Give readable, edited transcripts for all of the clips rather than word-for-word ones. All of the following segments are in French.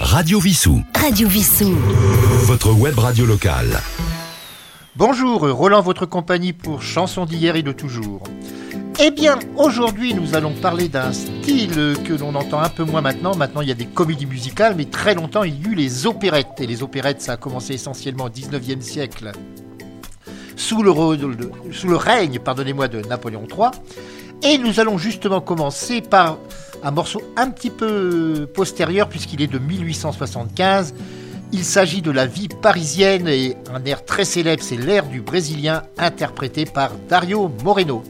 Radio Vissou. Radio Vissou. Votre web radio locale. Bonjour, Roland, votre compagnie pour chansons d'hier et de toujours. Eh bien, aujourd'hui, nous allons parler d'un style que l'on entend un peu moins maintenant. Maintenant, il y a des comédies musicales, mais très longtemps, il y a eu les opérettes. Et les opérettes, ça a commencé essentiellement au 19e siècle, sous le règne de Napoléon III. Et nous allons justement commencer par un morceau un petit peu postérieur, puisqu'il est de 1875. Il s'agit de la vie parisienne et un air très célèbre, c'est l'air du Brésilien, interprété par Dario Moreno.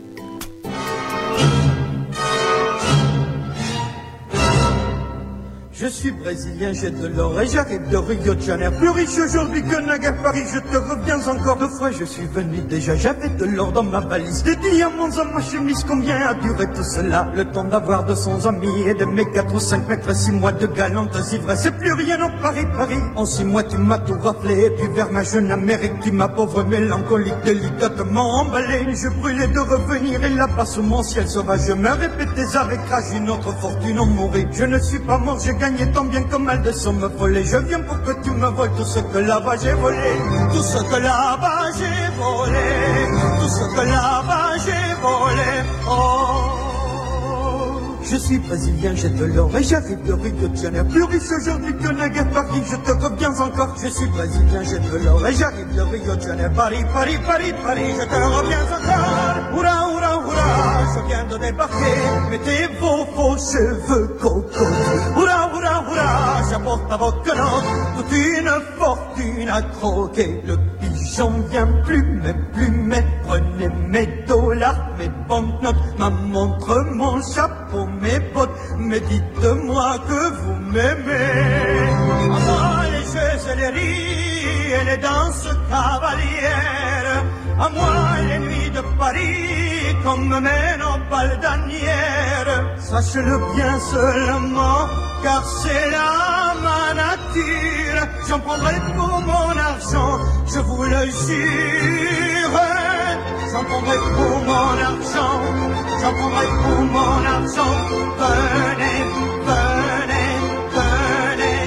Je suis brésilien, j'ai de l'or et j'arrive de Rio de Janeiro. Plus riche aujourd'hui que naguère Paris, je te reviens encore 2 fois. Je suis venu déjà, j'avais de l'or dans ma valise, des diamants dans ma chemise. Combien a duré tout cela? Le temps d'avoir 200 amis et d'aimer 4 ou 5 maîtres, 6 mois de galantes ivresses. C'est plus rien en Paris. En 6 mois tu m'as tout rappelé, et puis vers ma jeune Amérique, tu ma pauvre mélancolique délicatement emballée. Je brûlais de revenir et là-bas sous mon ciel sauvage, je me répétais avec rage, une autre fortune en mourir. Je ne suis pas mort, j'ai gagné tant bien que mal de sommes volées. Je viens pour que tu me voles tout ce que là-bas j'ai volé. Tout ce que là-bas j'ai volé. Tout ce que là-bas j'ai volé. Oh, je suis brésilien, j'ai de l'or et j'arrive de Rio de Janeiro. Plus riche aujourd'hui que naguère Paris, je te reviens encore. Je suis brésilien, j'ai de l'or et j'arrive de Rio de Janeiro. Paris, Paris, Paris, Paris, je te reviens encore. Hurrah, hurrah, hurrah, je viens de débarquer. Mettez vos faux cheveux coco. Hurrah, hurrah, hurrah, j'apporte à vos quenottes toute une fortune à croquer. Le pigeon vient plumer, prenez mes dollars, mes banknotes, ma montre, mon chapeau, mes bottes, mais dites-moi que vous m'aimez. À moi les jeux et les rires et les danses cavalières, à moi les nuits de Paris comme mènent aux baldanières. Sache-le bien seulement, car c'est là ma nature. J'en prendrai pour mon argent, je vous le jure. J'en prendrai pour mon argent, j'en prendrai pour mon argent. Venez, venez, venez,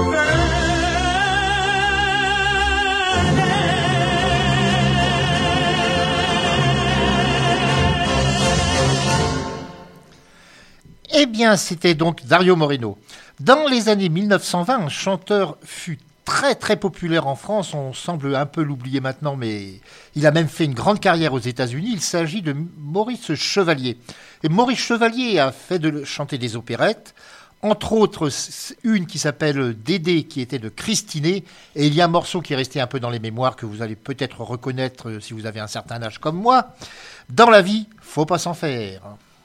venez. Eh bien, c'était donc Dario Moreno. Dans les années 1920, un chanteur fut très très populaire en France, on semble un peu l'oublier maintenant, mais il a même fait une grande carrière aux États-Unis. Il s'agit de Maurice Chevalier. Et Maurice Chevalier a fait chanter des opérettes, entre autres une qui s'appelle Dédé, qui était de Christinet, et il y a un morceau qui est resté un peu dans les mémoires que vous allez peut-être reconnaître si vous avez un certain âge comme moi. Dans la vie, faut pas s'en faire.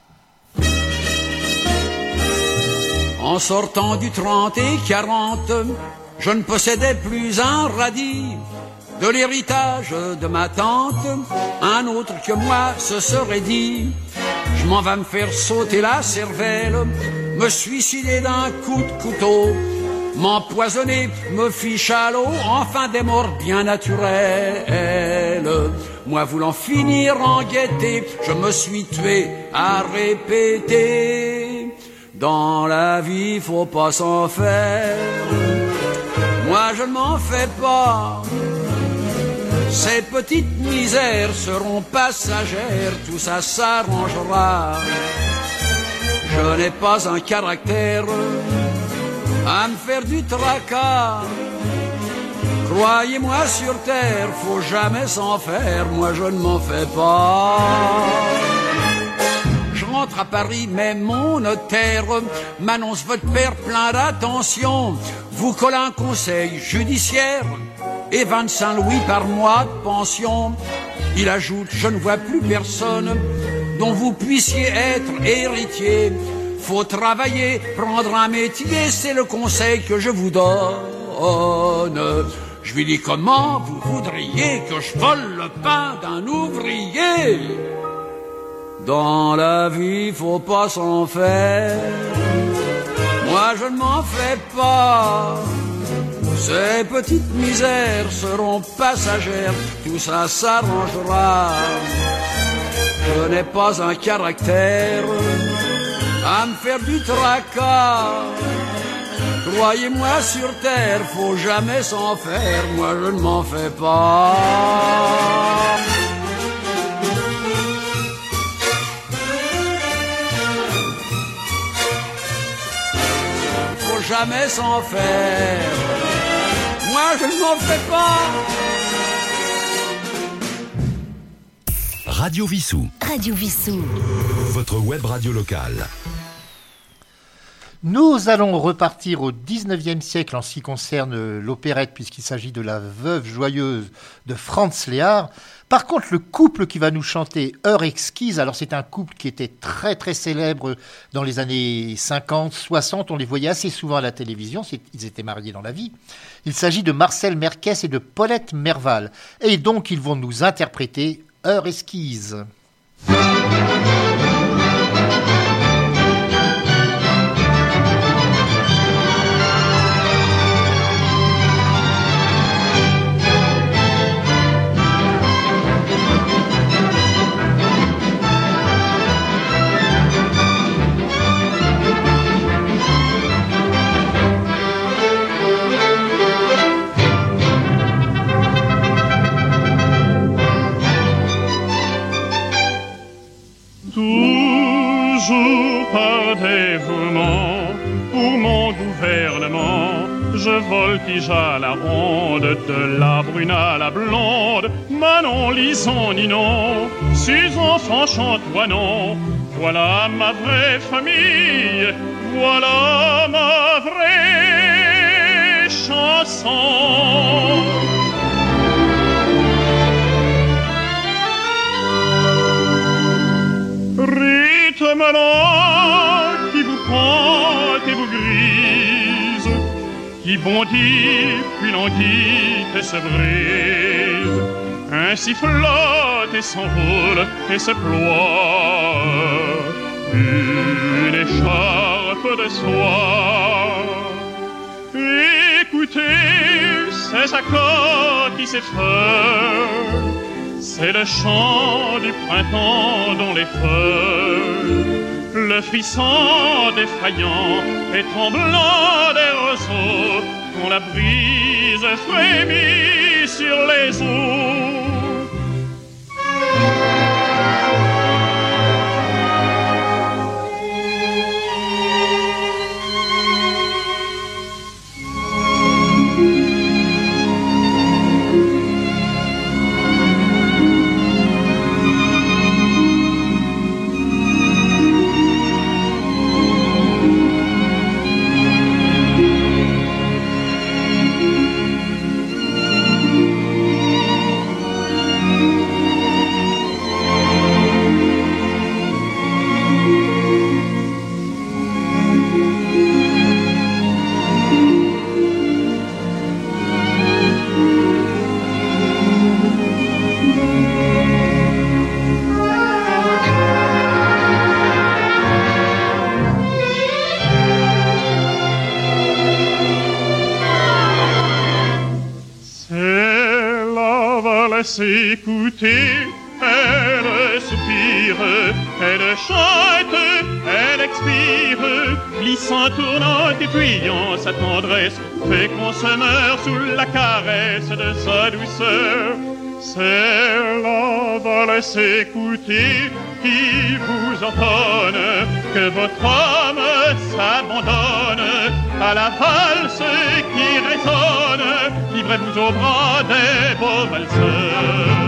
En sortant du 30 et 40, je ne possédais plus un radis. De l'héritage de ma tante, un autre que moi se serait dit: je m'en vais me faire sauter la cervelle, me suicider d'un coup de couteau, m'empoisonner, me fiche à l'eau, enfin des morts bien naturelles. Moi voulant finir en gaieté, je me suis tué à répéter: dans la vie, faut pas s'en faire. Moi, je ne m'en fais pas. Ces petites misères seront passagères, tout ça s'arrangera. Je n'ai pas un caractère à me faire du tracas. Croyez-moi, sur terre, faut jamais s'en faire. Moi, je ne m'en fais pas. Je rentre à Paris, mais mon notaire m'annonce: votre père plein d'attention vous colle un conseil judiciaire et 25 louis par mois de pension. Il ajoute: je ne vois plus personne dont vous puissiez être héritier. Faut travailler, prendre un métier, c'est le conseil que je vous donne. Je lui dis: comment vous voudriez que je vole le pain d'un ouvrier? Dans la vie, faut pas s'en faire. Moi, je ne m'en fais pas. Ces petites misères seront passagères, tout ça s'arrangera. Je n'ai pas un caractère à me faire du tracas. Croyez-moi, sur terre, faut jamais s'en faire, moi je ne m'en fais pas. Faut jamais s'en faire, moi je ne m'en fais pas. Radio Vissou. Radio Vissou. Votre web radio locale. Nous allons repartir au 19e siècle en ce qui concerne l'opérette, puisqu'il s'agit de la Veuve joyeuse de Franz Lehár. Par contre, le couple qui va nous chanter Heure exquise, alors c'est un couple qui était très très célèbre dans les années 50, 60, on les voyait assez souvent à la télévision, ils étaient mariés dans la vie. Il s'agit de Marcel Merkès et de Paulette Merval. Et donc ils vont nous interpréter Heure exquise. Par dévouement pour mon gouvernement, je voltige à la ronde, de la brune à la blonde, Manon, Lison, Ninon, Susan, Fanchon, Toinon. Voilà ma vraie famille, voilà ma vraie chanson. Rythme lent qui vous pointe et vous grise, qui bondit puis languit et se brise, ainsi flotte et s'envole et se ploie, une écharpe de soie. Écoutez ces accords qui s'effleurent, c'est le chant du printemps dans les feuilles, le frisson défaillant et tremblant des roseaux, quand la brise frémit sur les eaux. S'écouter, elle soupire, elle chante, elle expire, glissant, tournant et fuyant sa tendresse, fait qu'on se meurt sous la caresse de sa douceur. C'est la valse écoutée qui vous entonne, que votre âme s'abandonne à la valse qui résonne, livrez-vous au bras des beaux valseurs.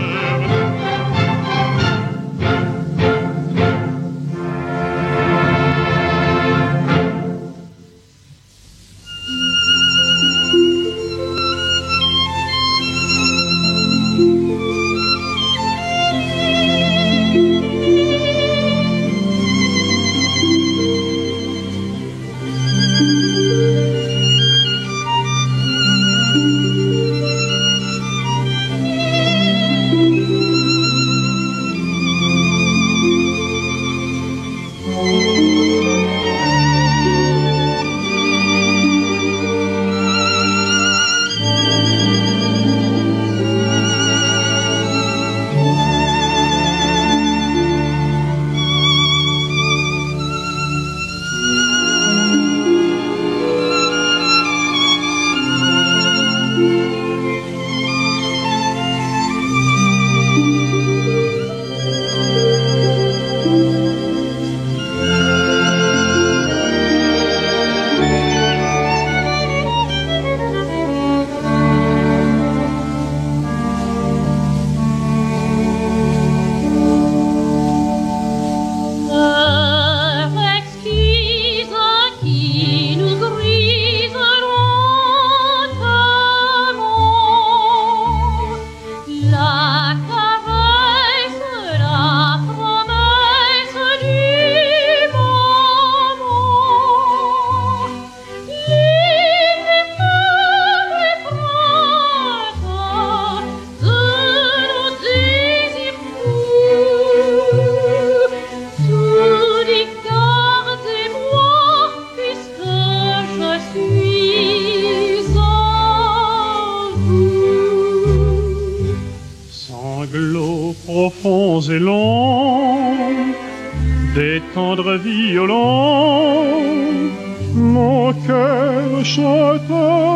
et longs, des tendres violons, mon cœur chante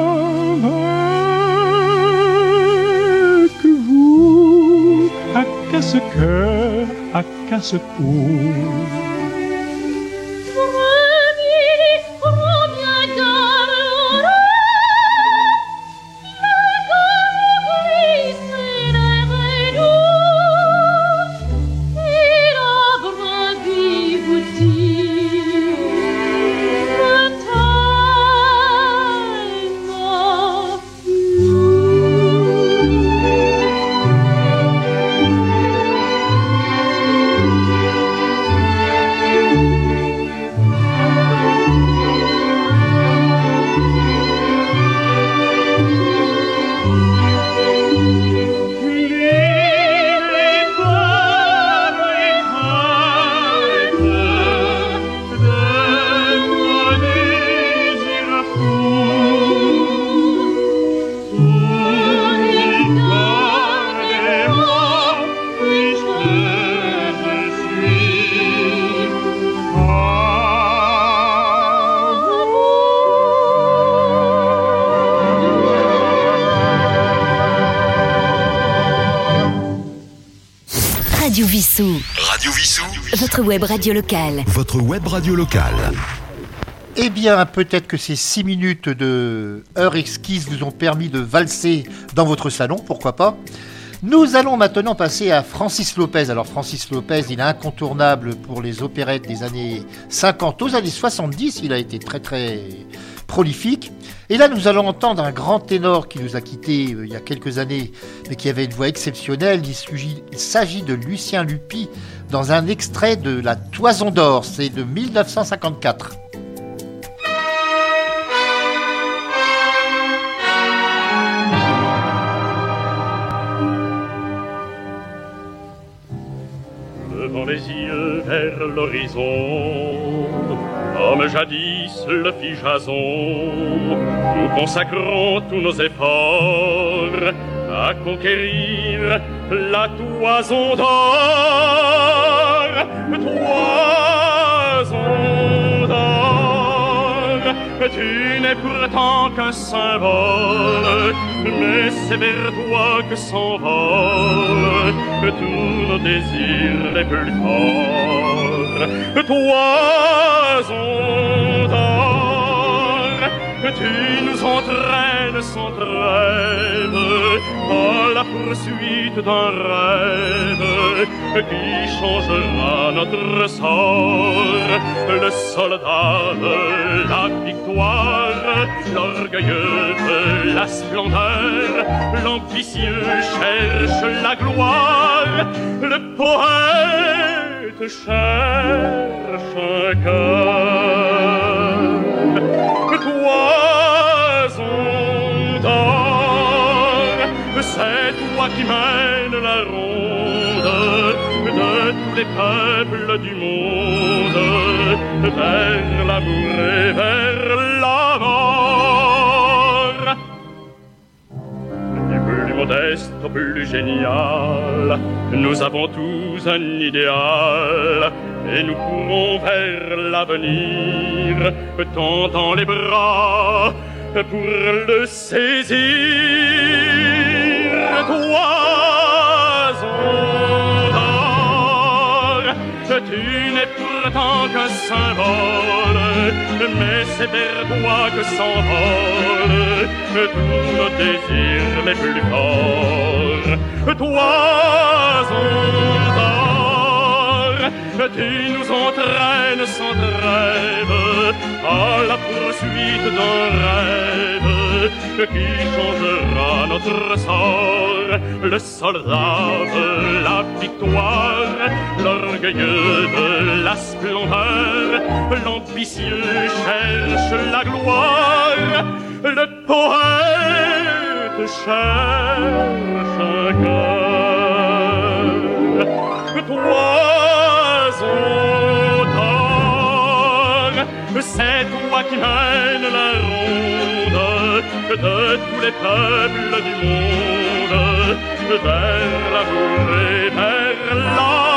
avec vous. À casse-cœur, à casse-cou. Radio Vissou. Radio Vissou. Votre web radio locale. Votre web radio locale. Eh bien, peut-être que ces 6 minutes de heure exquise vous ont permis de valser dans votre salon, pourquoi pas. Nous allons maintenant passer à Francis Lopez. Alors Francis Lopez, il est incontournable pour les opérettes des années 50 aux années 70. Il a été très très prolifique. Et là, nous allons entendre un grand ténor qui nous a quittés il y a quelques années, mais qui avait une voix exceptionnelle. Il s'agit de Lucien Lupy dans un extrait de La Toison d'Or. C'est de 1954. Levant les yeux vers l'horizon, comme jadis le fit Jason, nous consacrons tous nos efforts à conquérir la toison d'or. Toison d'or, tu n'es pourtant qu'un symbole, mais c'est vers toi que s'envolent tous nos désirs les plus forts. Toison d'or, tu nous entraînes sans trêve à la poursuite d'un rêve qui changera notre sort. Le soldat de la victoire, l'orgueilleux de la splendeur, l'ambitieux cherche la gloire, le poète cherche un cœur. Toison d'or, c'est toi qui mènes la ronde de tous les peuples du monde vers l'amour et vers la mort. Du plus modeste au plus génial, nous avons tous un idéal et nous courons vers l'avenir, tendant les bras pour le saisir. Toison d'or, tu n'es pourtant qu'un symbole, mais c'est vers toi que s'envolent tous nos désirs les plus forts. Toison d'or, tu nous entraînes sans trêve à la poursuite d'un rêve qui changera notre sort. Le soldat de la victoire, l'orgueilleux de la splendeur, l'ambitieux cherche la gloire, le poète cherche un cœur. Toison d'or, c'est toi qui mènes la ronde de tous les peuples du monde vers l'amour et vers la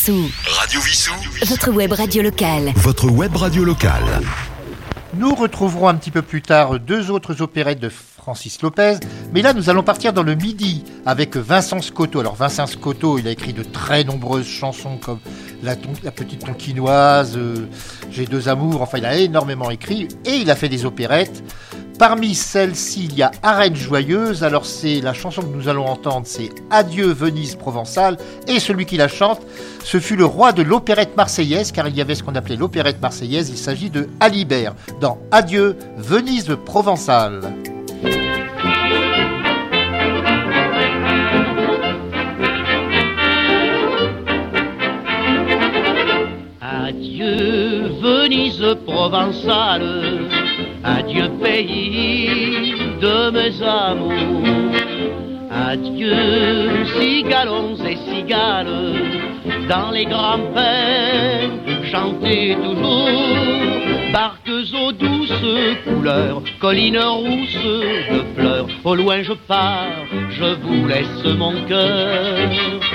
Vissou. Radio Vissou. Votre web radio locale. Votre web radio locale. Nous retrouverons un petit peu plus tard deux autres opérettes de Francis Lopez, mais là nous allons partir dans le Midi avec Vincent Scotto. Alors Vincent Scotto, il a écrit de très nombreuses chansons comme La Petite Tonkinoise, J'ai deux amours, enfin il a énormément écrit et il a fait des opérettes. Parmi celles-ci, il y a Arène Joyeuse. Alors c'est la chanson que nous allons entendre, c'est Adieu Venise provençale, et celui qui la chante, ce fut le roi de l'opérette marseillaise, car il y avait ce qu'on appelait l'opérette marseillaise, il s'agit de Alibert, dans Adieu Venise provençale. Adieu Venise provençale, adieu pays de mes amours, adieu cigalons et cigales, dans les grands peines chantez toujours, barques aux douces couleurs, collines rousses de fleurs, au loin je pars, je vous laisse mon cœur.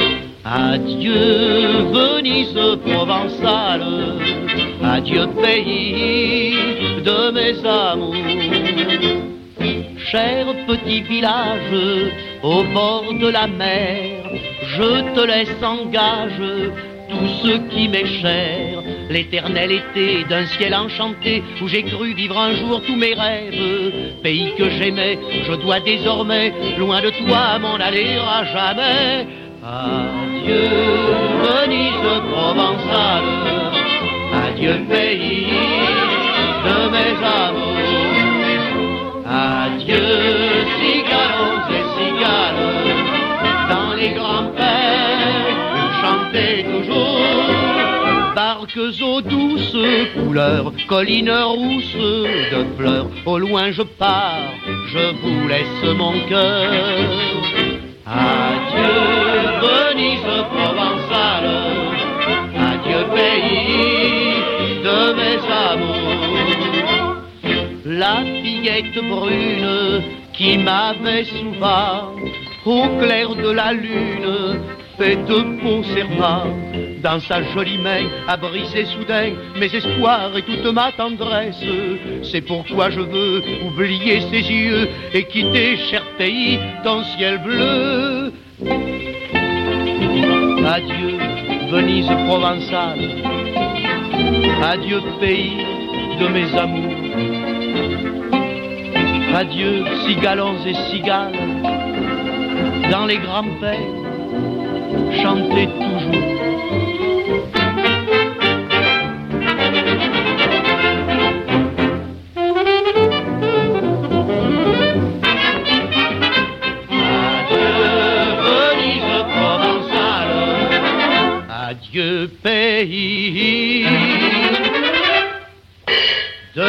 Adieu Venise provençale, adieu pays de mes amours. Cher petit village au bord de la mer, je te laisse en gage tout ce qui m'est cher. L'éternel été d'un ciel enchanté où j'ai cru vivre un jour tous mes rêves. Pays que j'aimais, je dois désormais loin de toi m'en aller à jamais. Adieu Venise provençale, adieu pays de mes amours, adieu cigalons et cigales, dans les grands pères chantez toujours, barques aux douces couleurs, collines rousses de fleurs, au loin je pars, je vous laisse mon cœur. Adieu Venise provençale, adieu pays de mes amours. La fillette brune qui m'avait souvent, au clair de la lune, fait de beaux serments. Dans sa jolie main a brisé soudain mes espoirs et toute ma tendresse. C'est pourquoi je veux oublier ses yeux et quitter, cher pays, ton ciel bleu. Adieu Venise provençale, adieu pays de mes amours, adieu cigalons et cigales, dans les grands pays chantez toujours. Adieu pays de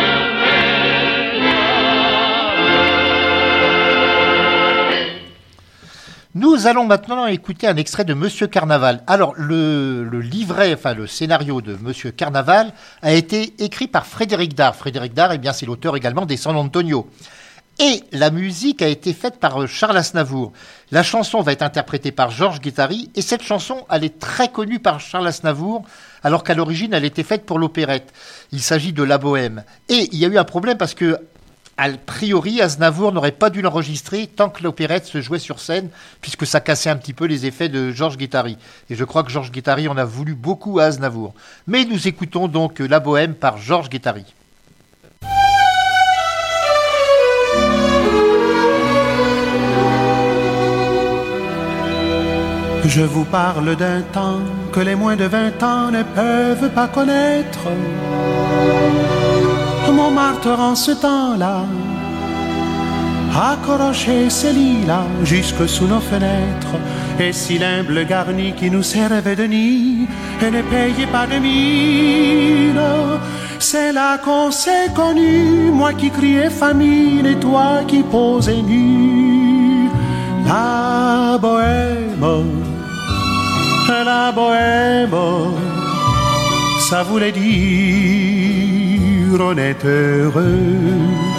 Nous allons maintenant écouter un extrait de Monsieur Carnaval. Alors, le livret, enfin le scénario de Monsieur Carnaval a été écrit par Frédéric Dard. Frédéric Dard, eh bien, c'est l'auteur également des San Antonio. Et la musique a été faite par Charles Aznavour. La chanson va être interprétée par Georges Guettari. Et cette chanson, elle est très connue par Charles Aznavour, alors qu'à l'origine, elle était faite pour l'opérette. Il s'agit de La Bohème. Et il y a eu un problème parce que, a priori, Aznavour n'aurait pas dû l'enregistrer tant que l'opérette se jouait sur scène, puisque ça cassait un petit peu les effets de Georges Guettari. Et je crois que Georges Guettari en a voulu beaucoup à Aznavour. Mais nous écoutons donc La Bohème par Georges Guettari. Je vous parle d'un temps que les moins de 20 ans ne peuvent pas connaître. Montmartre en ce temps-là accrochait ses lilas jusque sous nos fenêtres, et si l'humble garni qui nous servait de nid et ne payait pas de mine, c'est là qu'on s'est connus, moi qui criais famine et toi qui posais nu. La bohème, ça voulait dire on est heureux.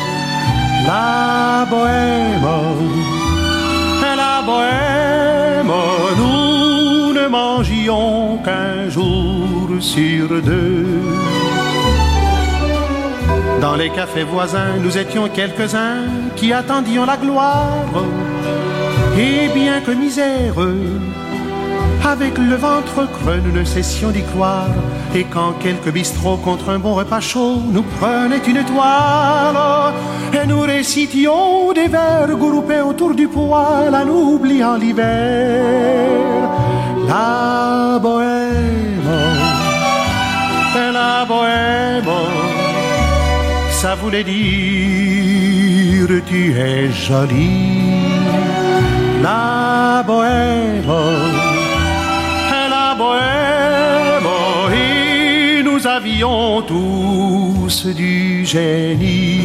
La bohème, nous ne ne mangions qu'un jour sur deux. Dans les cafés voisins, nous étions quelques-uns qui attendions la gloire. Et bien que miséreux, avec le ventre creux, nous ne cessions d'y croire. Et quand quelques bistrots contre un bon repas chaud nous prenaient une toile, et nous récitions des vers groupés autour du poêle en oubliant l'hiver. La bohème, ça voulait dire tu es jolie. La bohème, et nous avions tous du génie.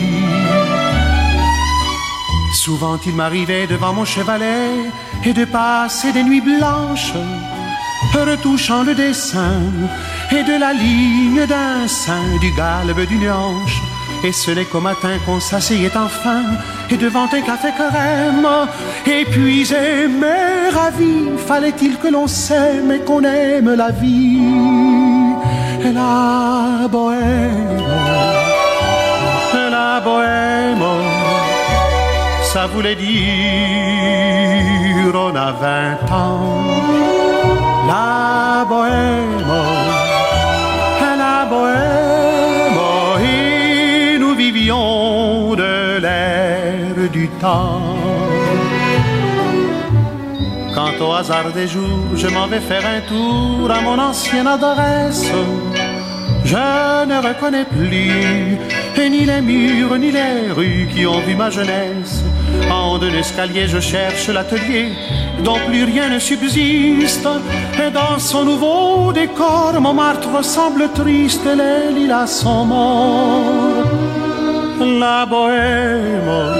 Souvent il m'arrivait devant mon chevalet et de passer des nuits blanches, retouchant le dessin et de la ligne d'un sein, du galbe d'une hanche. Et ce n'est qu'au matin qu'on s'asseyait enfin, et devant un café crème, épuisé mais ravi, fallait-il que l'on s'aime et qu'on aime la vie. Et la bohème, ça voulait dire on a 20 ans. La bohème, et nous vivions de l'air du temps. Quand au hasard des jours je m'en vais faire un tour à mon ancienne adresse, je ne reconnais plus ni les murs ni les rues qui ont vu ma jeunesse. En de l'escalier je cherche l'atelier dont plus rien ne subsiste, et dans son nouveau décor Montmartre semble triste et les lilas sont morts. La bohème,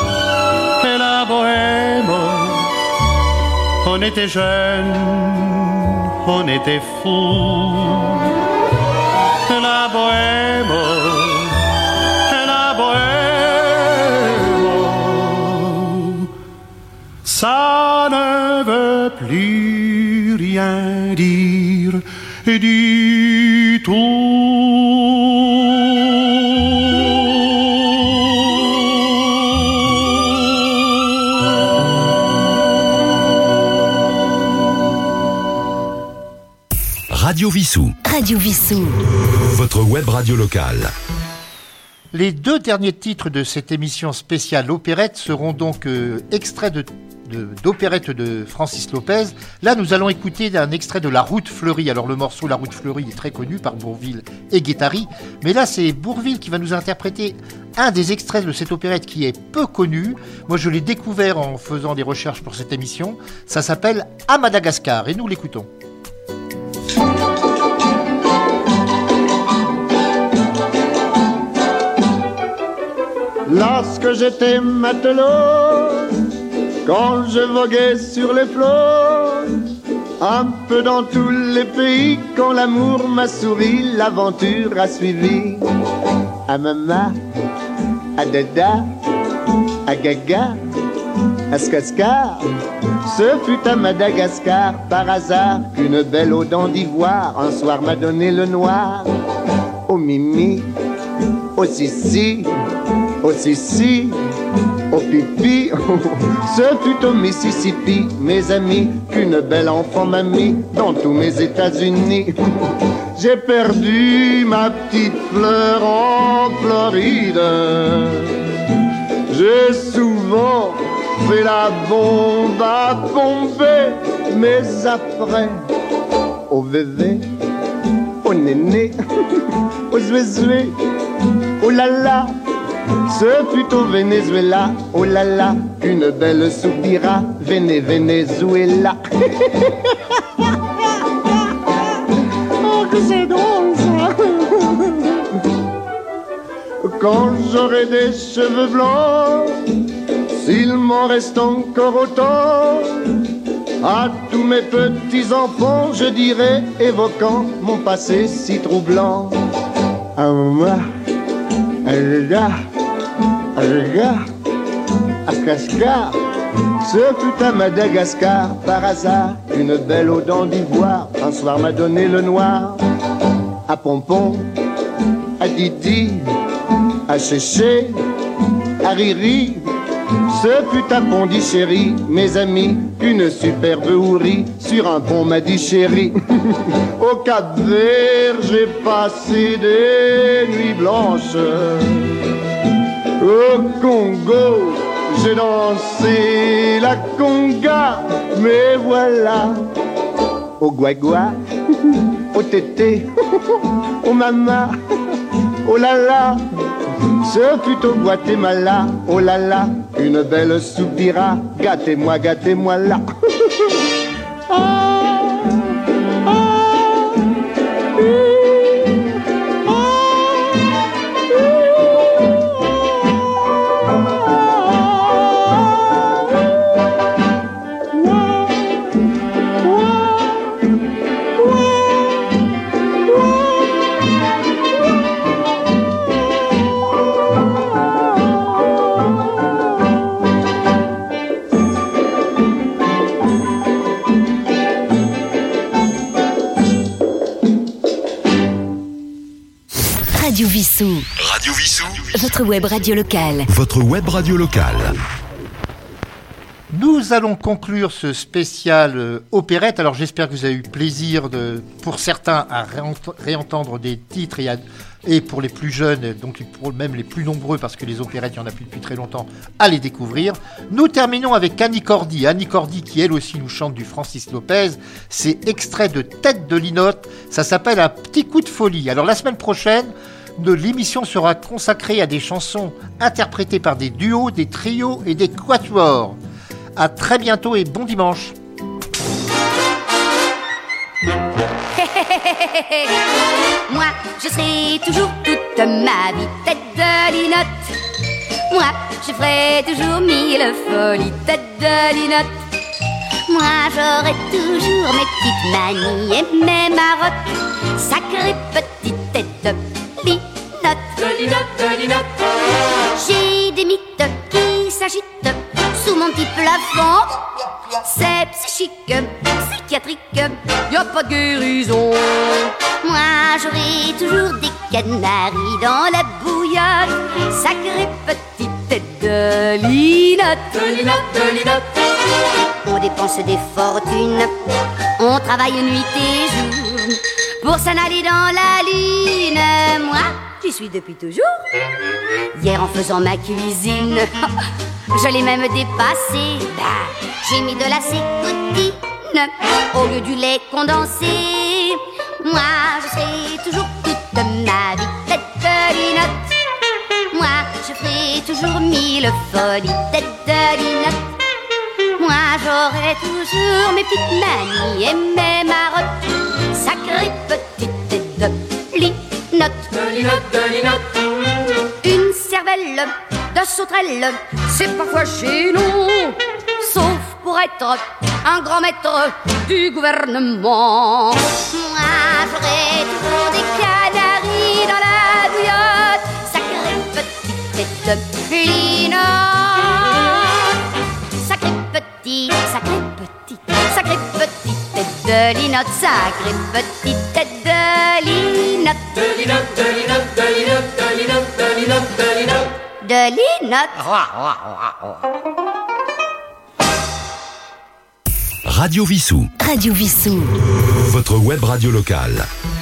on était jeunes, on était fous. La bohème, ça ne veut plus rien dire du tout. Radio Vissou. Radio Vissou. Votre web radio locale. Les deux derniers titres de cette émission spéciale opérette seront donc extraits d'opérette de Francis Lopez. Là, nous allons écouter un extrait de La Route fleurie. Alors, le morceau La Route fleurie est très connu par Bourvil et Guettari. Mais là, c'est Bourvil qui va nous interpréter un des extraits de cette opérette qui est peu connu. Moi, je l'ai découvert en faisant des recherches pour cette émission. Ça s'appelle À Madagascar et nous l'écoutons. Lorsque j'étais matelot, quand je voguais sur les flots, un peu dans tous les pays, quand l'amour m'a souri, l'aventure a suivi. À Mama, à Dada, à Gaga, à Skaska, ce fut à Madagascar, par hasard, qu'une belle aux dents d'ivoire, un soir m'a donné le noir. Au Mimi, au Sissi, au Sissi, au pipi, ce fut au Mississippi, mes amis, qu'une belle enfant m'a mis dans tous mes États-Unis. J'ai perdu ma petite fleur en Floride. J'ai souvent fait la bombe à pomper, mais après, au VV, au néné, au zoué-zoué, oh là là, ce fut au Venezuela, oh là là, qu'une belle soupira, Venezuela. Oh, que c'est drôle ça. Quand j'aurai des cheveux blancs, s'il m'en reste encore autant, à tous mes petits-enfants, je dirai, évoquant mon passé si troublant. À moi, à là, à Kaska, Ce fut à Madagascar, par hasard, une belle aux dents d'ivoire, un soir m'a donné le noir. À Pompon, à Didi, à Chéché, à Riri. Ce fut à Pondichéry, mes amis, une superbe hourie. Sur un pont m'a dit chérie. Au Cap-Vert, j'ai passé des nuits blanches. Au Congo, j'ai dansé la conga. Mais voilà, au Guagua, au Tété, au Mama, au Lala. Ce fut au Guatemala, oh là là, une belle soupira. Gâtez-moi, gâtez-moi là. Radio Vissou. Radio Vissou. Votre web radio locale. Votre web radio locale. Nous allons conclure ce spécial opérette. Alors j'espère que vous avez eu plaisir, pour certains, à réentendre des titres et pour les plus jeunes, donc pour même les plus nombreux, parce que les opérettes, il n'y en a plus depuis très longtemps, à les découvrir. Nous terminons avec Annie Cordy. Annie Cordy qui, elle aussi, nous chante du Francis Lopez. C'est extrait de Tête de Linotte. Ça s'appelle Un petit coup de folie. Alors la semaine prochaine, l'émission sera consacrée à des chansons interprétées par des duos, des trios et des quatuors. À très bientôt et bon dimanche. Moi, je serai toujours toute ma vie tête de Linotte. Moi, je ferai toujours mille folies tête de Linotte. Moi, j'aurai toujours mes petites manies et mes marottes. Sacrée petite tête de Linotte. De Linotte, de Linotte. J'ai des mythes qui s'agitent sous mon petit plafond. C'est psychique, psychiatrique, y'a pas de guérison. Moi j'aurai toujours des canaris dans la bouillotte. Sacrée petite tête de Linotte. De Linotte, de Linotte. On dépense des fortunes, on travaille nuit et jour pour s'en aller dans la lune. Moi j'y suis depuis toujours. Hier en faisant ma cuisine, je l'ai même dépassé. J'ai mis de la sécotine au lieu du lait condensé. Moi, je serai toujours toute ma vie tête de Linotte. Moi, je ferai toujours mille folies tête de Linotte. Moi, j'aurai toujours mes petites manies et mes marottes. Sacrée petite tête de Linotte. De Linotte, de Linotte. Une cervelle de sauterelle, c'est parfois gênant, sauf pour être un grand maître du gouvernement. Moi, j'aurai toujours des canaris dans la bouillotte. Sacrée petite tête de Linotte. Sacrée petite, sacrée petite, sacrée petite tête de Linotte. Sacrée petite tête de Linotte. De Linotte, de Linotte, de Linotte, de Linotte, de Linotte, de Linotte. De Linotte. Radio Vissou. Radio Vissou. Votre web radio locale.